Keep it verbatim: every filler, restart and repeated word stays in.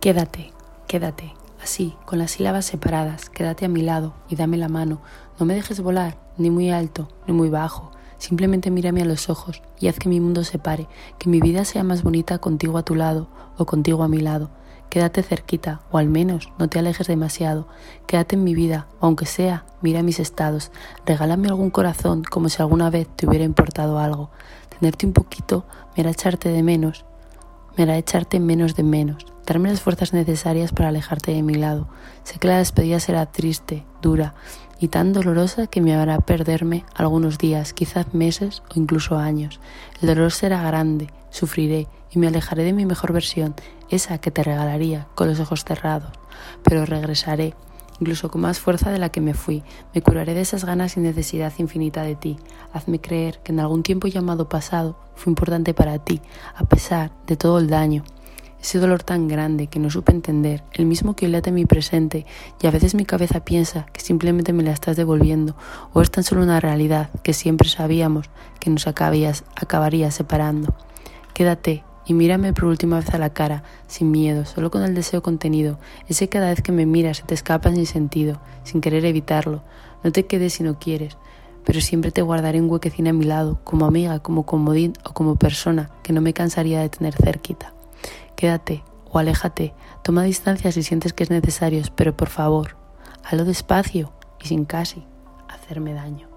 Quédate, quédate, así, con las sílabas separadas, quédate a mi lado y dame la mano. No me dejes volar, ni muy alto, ni muy bajo. Simplemente mírame a los ojos y haz que mi mundo se pare, que mi vida sea más bonita contigo a tu lado o contigo a mi lado. Quédate cerquita, o al menos no te alejes demasiado. Quédate en mi vida, o aunque sea, mira mis estados. Regálame algún corazón como si alguna vez te hubiera importado algo. Tenerte un poquito me hará echarte de menos, me hará echarte menos de menos. Darme las fuerzas necesarias para alejarte de mi lado. Sé que la despedida será triste, dura y tan dolorosa que me hará perderme algunos días, quizás meses o incluso años. El dolor será grande, sufriré y me alejaré de mi mejor versión, esa que te regalaría con los ojos cerrados. Pero regresaré, incluso con más fuerza de la que me fui. Me curaré de esas ganas y necesidad infinita de ti. Hazme creer que en algún tiempo llamado pasado fue importante para ti, a pesar de todo el daño. Ese dolor tan grande que no supe entender, el mismo que late en mi presente, y a veces mi cabeza piensa que simplemente me la estás devolviendo, o es tan solo una realidad que siempre sabíamos que nos acabarías, acabaría separando. Quédate y mírame por última vez a la cara, sin miedo, solo con el deseo contenido, ese cada vez que me miras se te escapa sin sentido, sin querer evitarlo. No te quedes si no quieres, pero siempre te guardaré un huequecín a mi lado, como amiga, como comodín o como persona que no me cansaría de tener cerquita. Quédate o aléjate, toma distancia si sientes que es necesario, pero por favor, hazlo despacio y sin casi hacerme daño.